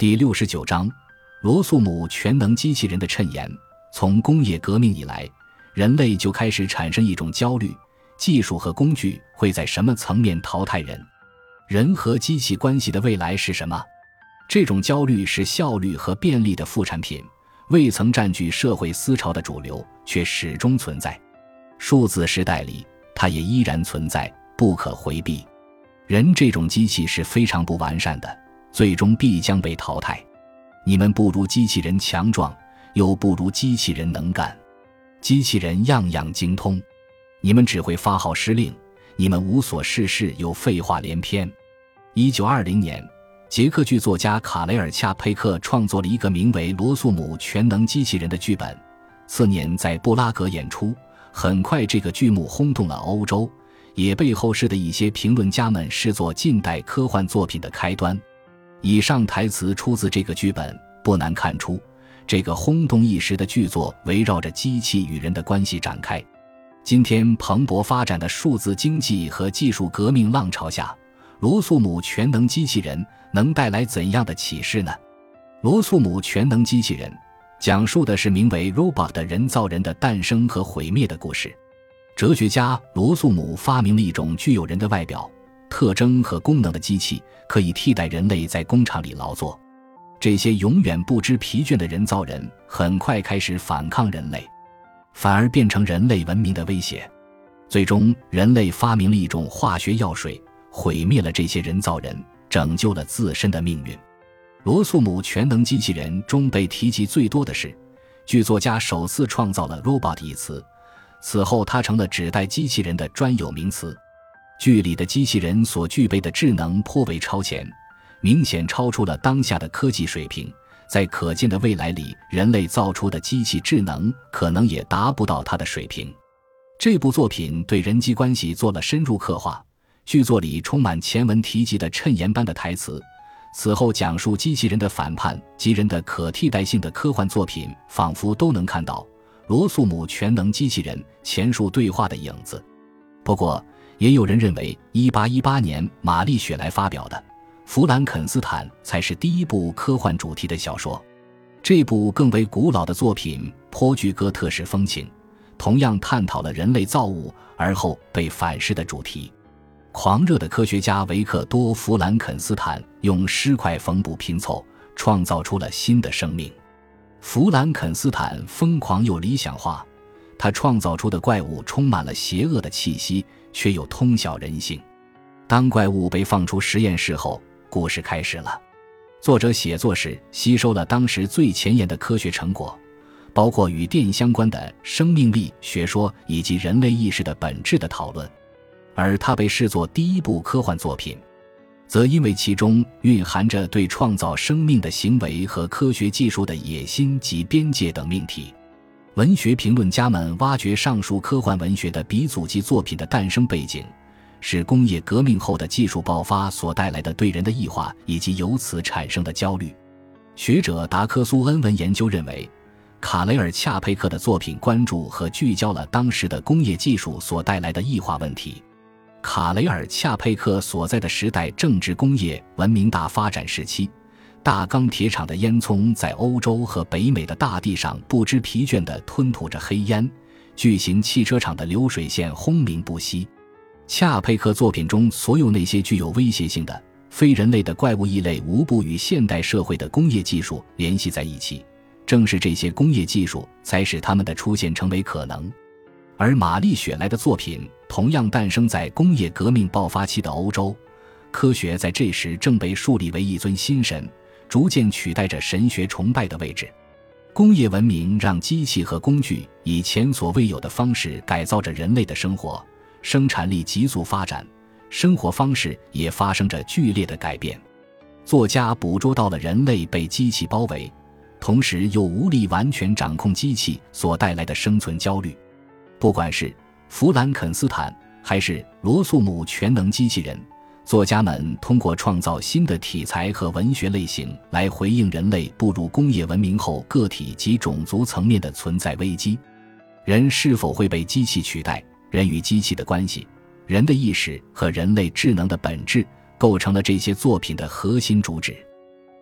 第69章，罗素姆全能机器人的衬言。从工业革命以来，人类就开始产生一种焦虑，技术和工具会在什么层面淘汰人？人和机器关系的未来是什么？这种焦虑是效率和便利的副产品，未曾占据社会思潮的主流，却始终存在。数字时代里，它也依然存在，不可回避。人这种机器是非常不完善的，最终必将被淘汰。你们不如机器人强壮，又不如机器人能干。机器人样样精通，你们只会发号施令，你们无所事事又废话连篇。1920年，捷克剧作家卡雷尔·恰佩克创作了一个名为《罗素姆全能机器人》的剧本，次年在布拉格演出。很快这个剧目轰动了欧洲，也被后世的一些评论家们视作近代科幻作品的开端。以上台词出自这个剧本，不难看出，这个轰动一时的剧作围绕着机器与人的关系展开。今天蓬勃发展的数字经济和技术革命浪潮下，罗素姆全能机器人能带来怎样的启示呢？罗素姆全能机器人讲述的是名为 Robot 的人造人的诞生和毁灭的故事。哲学家罗素姆发明了一种具有人的外表、特征和功能的机器，可以替代人类在工厂里劳作。这些永远不知疲倦的人造人很快开始反抗人类，反而变成人类文明的威胁。最终，人类发明了一种化学药水，毁灭了这些人造人，拯救了自身的命运。罗素姆全能机器人中被提及最多的是，剧作家首次创造了 robot 一词，此后它成了指代机器人的专有名词。剧里的机器人所具备的智能颇为超前，明显超出了当下的科技水平，在可见的未来里，人类造出的机器智能可能也达不到它的水平。这部作品对人机关系做了深入刻画，剧作里充满前文提及的衬言般的台词。此后讲述机器人的反叛及人的可替代性的科幻作品仿佛都能看到罗素姆全能机器人前述对话的影子。不过也有人认为1818年玛丽雪莱发表的《弗兰肯斯坦》才是第一部科幻主题的小说。这部更为古老的作品颇具哥特式风情，同样探讨了人类造物而后被反噬的主题。狂热的科学家维克多·弗兰肯斯坦用尸块缝补拼凑，创造出了新的生命。弗兰肯斯坦疯狂又理想化，他创造出的怪物充满了邪恶的气息，却又通晓人性。当怪物被放出实验室后，故事开始了。作者写作时吸收了当时最前沿的科学成果，包括与电相关的生命力学说以及人类意识的本质的讨论。而它被视作第一部科幻作品，则因为其中蕴含着对创造生命的行为和科学技术的野心及边界等命题。文学评论家们挖掘上述科幻文学的鼻祖级作品的诞生背景，是工业革命后的技术爆发所带来的对人的异化以及由此产生的焦虑。学者达科苏恩文研究认为，卡雷尔·恰佩克的作品关注和聚焦了当时的工业技术所带来的异化问题。卡雷尔·恰佩克所在的时代正值工业文明大发展时期，大钢铁厂的烟囱在欧洲和北美的大地上不知疲倦地吞吐着黑烟，巨型汽车厂的流水线轰鸣不息。恰佩克作品中所有那些具有威胁性的非人类的怪物异类无不与现代社会的工业技术联系在一起，正是这些工业技术才使它们的出现成为可能。而玛丽雪莱的作品同样诞生在工业革命爆发期的欧洲，科学在这时正被树立为一尊新神，逐渐取代着神学崇拜的位置。工业文明让机器和工具以前所未有的方式改造着人类的生活，生产力急速发展，生活方式也发生着剧烈的改变。作家捕捉到了人类被机器包围，同时又无力完全掌控机器所带来的生存焦虑。不管是弗兰肯斯坦还是罗素姆全能机器人，作家们通过创造新的题材和文学类型来回应人类步入工业文明后个体及种族层面的存在危机。人是否会被机器取代，人与机器的关系，人的意识和人类智能的本质，构成了这些作品的核心主旨。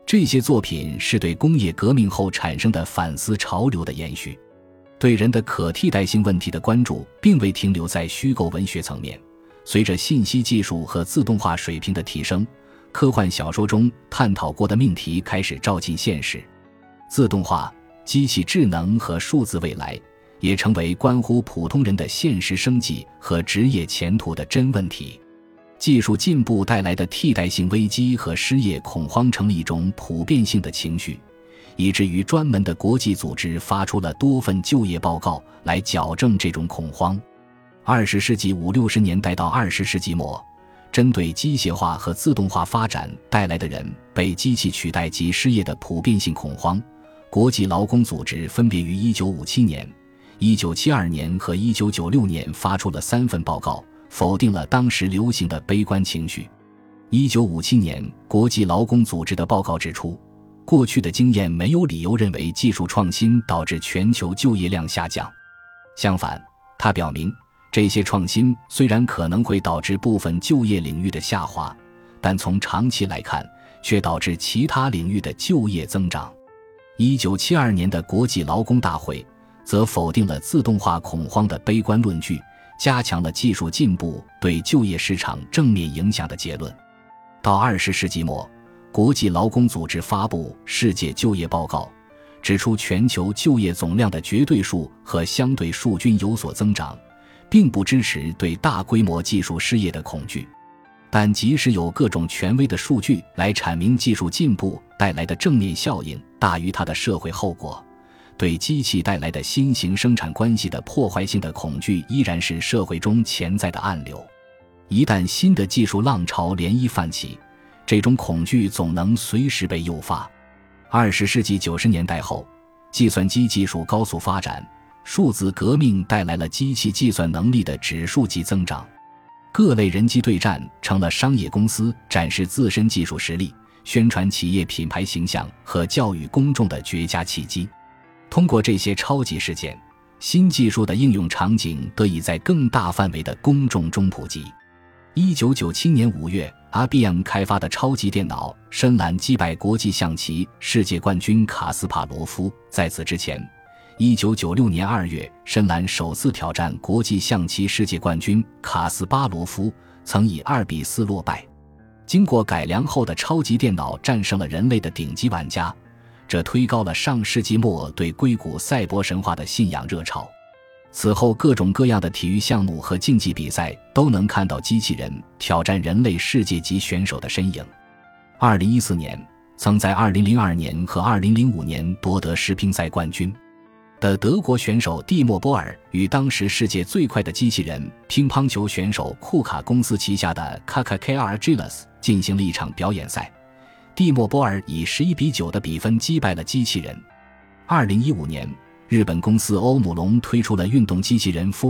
这些作品是对工业革命后产生的反思潮流的延续。对人的可替代性问题的关注并未停留在虚构文学层面，随着信息技术和自动化水平的提升，科幻小说中探讨过的命题开始照进现实。自动化、机器智能和数字未来也成为关乎普通人的现实生计和职业前途的真问题。技术进步带来的替代性危机和失业恐慌成了一种普遍性的情绪，以至于专门的国际组织发出了多份就业报告来矫正这种恐慌。20世纪50、60年代到20世纪末，针对机械化和自动化发展带来的人被机器取代及失业的普遍性恐慌，国际劳工组织分别于1957年、1972年和1996年发出了3份报告，否定了当时流行的悲观情绪。1957年，国际劳工组织的报告指出，过去的经验没有理由认为技术创新导致全球就业量下降。相反，它表明，这些创新虽然可能会导致部分就业领域的下滑，但从长期来看，却导致其他领域的就业增长。1972年的国际劳工大会则否定了自动化恐慌的悲观论据，加强了技术进步对就业市场正面影响的结论。到20世纪末，国际劳工组织发布世界就业报告，指出全球就业总量的绝对数和相对数均有所增长，并不支持对大规模技术失业的恐惧。但即使有各种权威的数据来阐明技术进步带来的正面效应大于它的社会后果，对机器带来的新型生产关系的破坏性的恐惧依然是社会中潜在的暗流。一旦新的技术浪潮涟漪泛起，这种恐惧总能随时被诱发。20世纪90年代后，计算机技术高速发展，数字革命带来了机器计算能力的指数级增长。各类人机对战成了商业公司展示自身技术实力、宣传企业品牌形象和教育公众的绝佳契机。通过这些超级事件，新技术的应用场景得以在更大范围的公众中普及。1997年5月 IBM 开发的超级电脑深蓝击败国际象棋世界冠军卡斯帕罗夫。在此之前，1996年2月深蓝首次挑战国际象棋世界冠军卡斯巴罗夫，曾以2比4落败。经过改良后的超级电脑战胜了人类的顶级玩家，这推高了上世纪末对硅谷赛博神话的信仰热潮。此后各种各样的体育项目和竞技比赛都能看到机器人挑战人类世界级选手的身影。2014年曾在2002年和2005年夺得世乒赛冠军的德国选手蒂莫波尔与当时世界最快的机器人乒乓球选手库卡公司旗下的 KKR Gilas 进行了一场表演赛，蒂莫波尔以11比9的比分击败了机器人。2015年，日本公司欧姆龙推出了运动机器人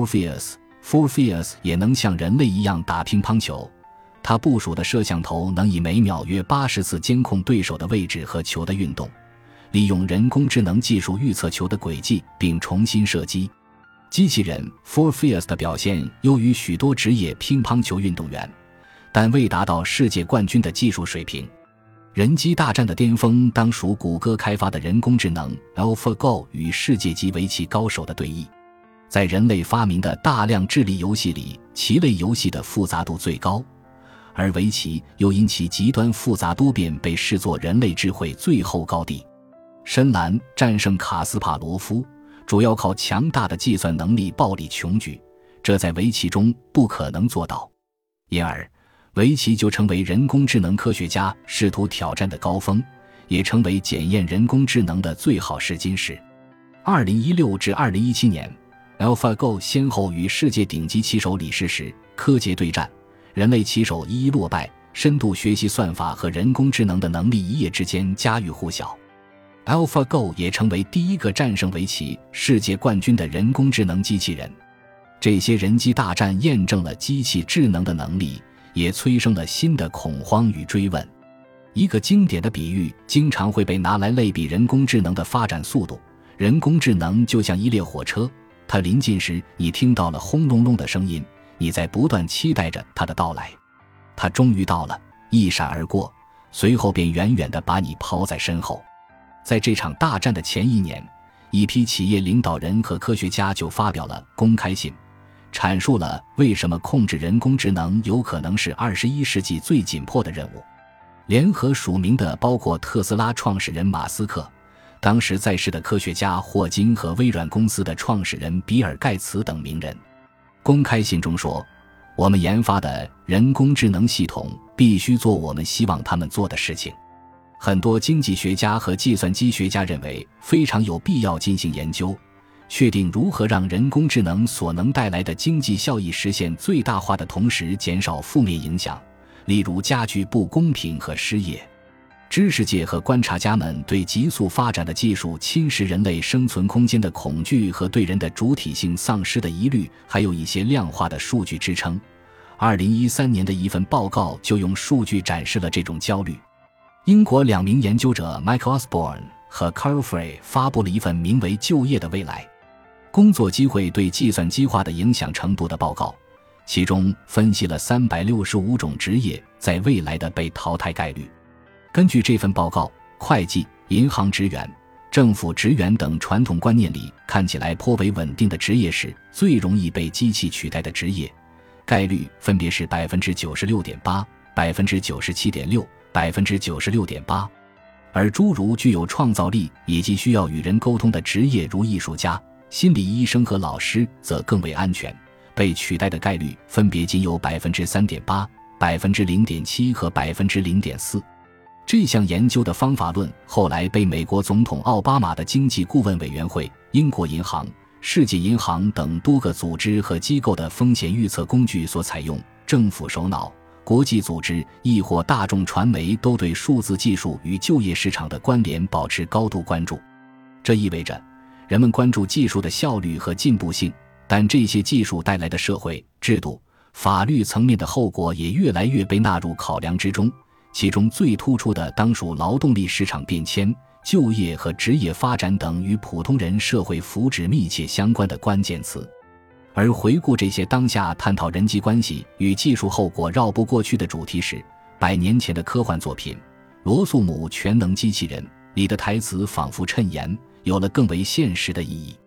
Forpheus 也能像人类一样打乒乓球，它部署的摄像头能以每秒约80次监控对手的位置和球的运动，利用人工智能技术预测球的轨迹并重新射击。机器人 Forpheus 的表现优于许多职业乒乓球运动员，但未达到世界冠军的技术水平。人机大战的巅峰当属谷歌开发的人工智能 AlphaGo 与世界级围棋高手的对弈。在人类发明的大量智力游戏里，棋类游戏的复杂度最高，而围棋又因其极端复杂多变被视作人类智慧最后高地。深蓝战胜卡斯帕罗夫主要靠强大的计算能力暴力穷举，这在围棋中不可能做到，因而围棋就成为人工智能科学家试图挑战的高峰，也成为检验人工智能的最好试金石。2016至2017年 AlphaGo 先后与世界顶级棋手李世石、柯洁对战，人类棋手一一落败，深度学习算法和人工智能的能力一夜之间家喻户晓。AlphaGo 也成为第一个战胜围棋世界冠军的人工智能机器人。这些人机大战验证了机器智能的能力，也催生了新的恐慌与追问。一个经典的比喻经常会被拿来类比人工智能的发展速度。人工智能就像一列火车，它临近时你听到了轰隆隆的声音，你在不断期待着它的到来。它终于到了，一闪而过， 随后便远远地把你抛在身后。在这场大战的前1年，一批企业领导人和科学家就发表了公开信，阐述了为什么控制人工智能有可能是21世纪最紧迫的任务。联合署名的包括特斯拉创始人马斯克，当时在世的科学家霍金和微软公司的创始人比尔盖茨等名人。公开信中说，我们研发的人工智能系统必须做我们希望他们做的事情。很多经济学家和计算机学家认为非常有必要进行研究，确定如何让人工智能所能带来的经济效益实现最大化的同时减少负面影响，例如加剧不公平和失业。知识界和观察家们对急速发展的技术侵蚀人类生存空间的恐惧和对人的主体性丧失的疑虑，还有一些量化的数据支撑。2013年的一份报告就用数据展示了这种焦虑。英国2名研究者 Michael Osborne 和 Carl Frey 发布了一份名为《就业的未来：工作机会对计算机化的影响程度》的报告，其中分析了365种职业在未来的被淘汰概率。根据这份报告，会计、银行职员、政府职员等传统观念里看起来颇为稳定的职业是最容易被机器取代的职业，概率分别是 96.8%、97.6%、96.8%， 而诸如具有创造力以及需要与人沟通的职业如艺术家、心理医生和老师则更为安全，被取代的概率分别仅有 3.8%、0.7% 和 0.4%。这项研究的方法论后来被美国总统奥巴马的经济顾问委员会、英国银行、世界银行等多个组织和机构的风险预测工具所采用。政府首脑、国际组织亦或大众传媒都对数字技术与就业市场的关联保持高度关注。这意味着人们关注技术的效率和进步性，但这些技术带来的社会、制度、法律层面的后果也越来越被纳入考量之中。其中最突出的当属劳动力市场变迁、就业和职业发展等与普通人社会福祉密切相关的关键词。而回顾这些当下探讨人际关系与技术后果绕不过去的主题时，100年前的科幻作品《罗素姆全能机器人》里的台词仿佛衬言，有了更为现实的意义。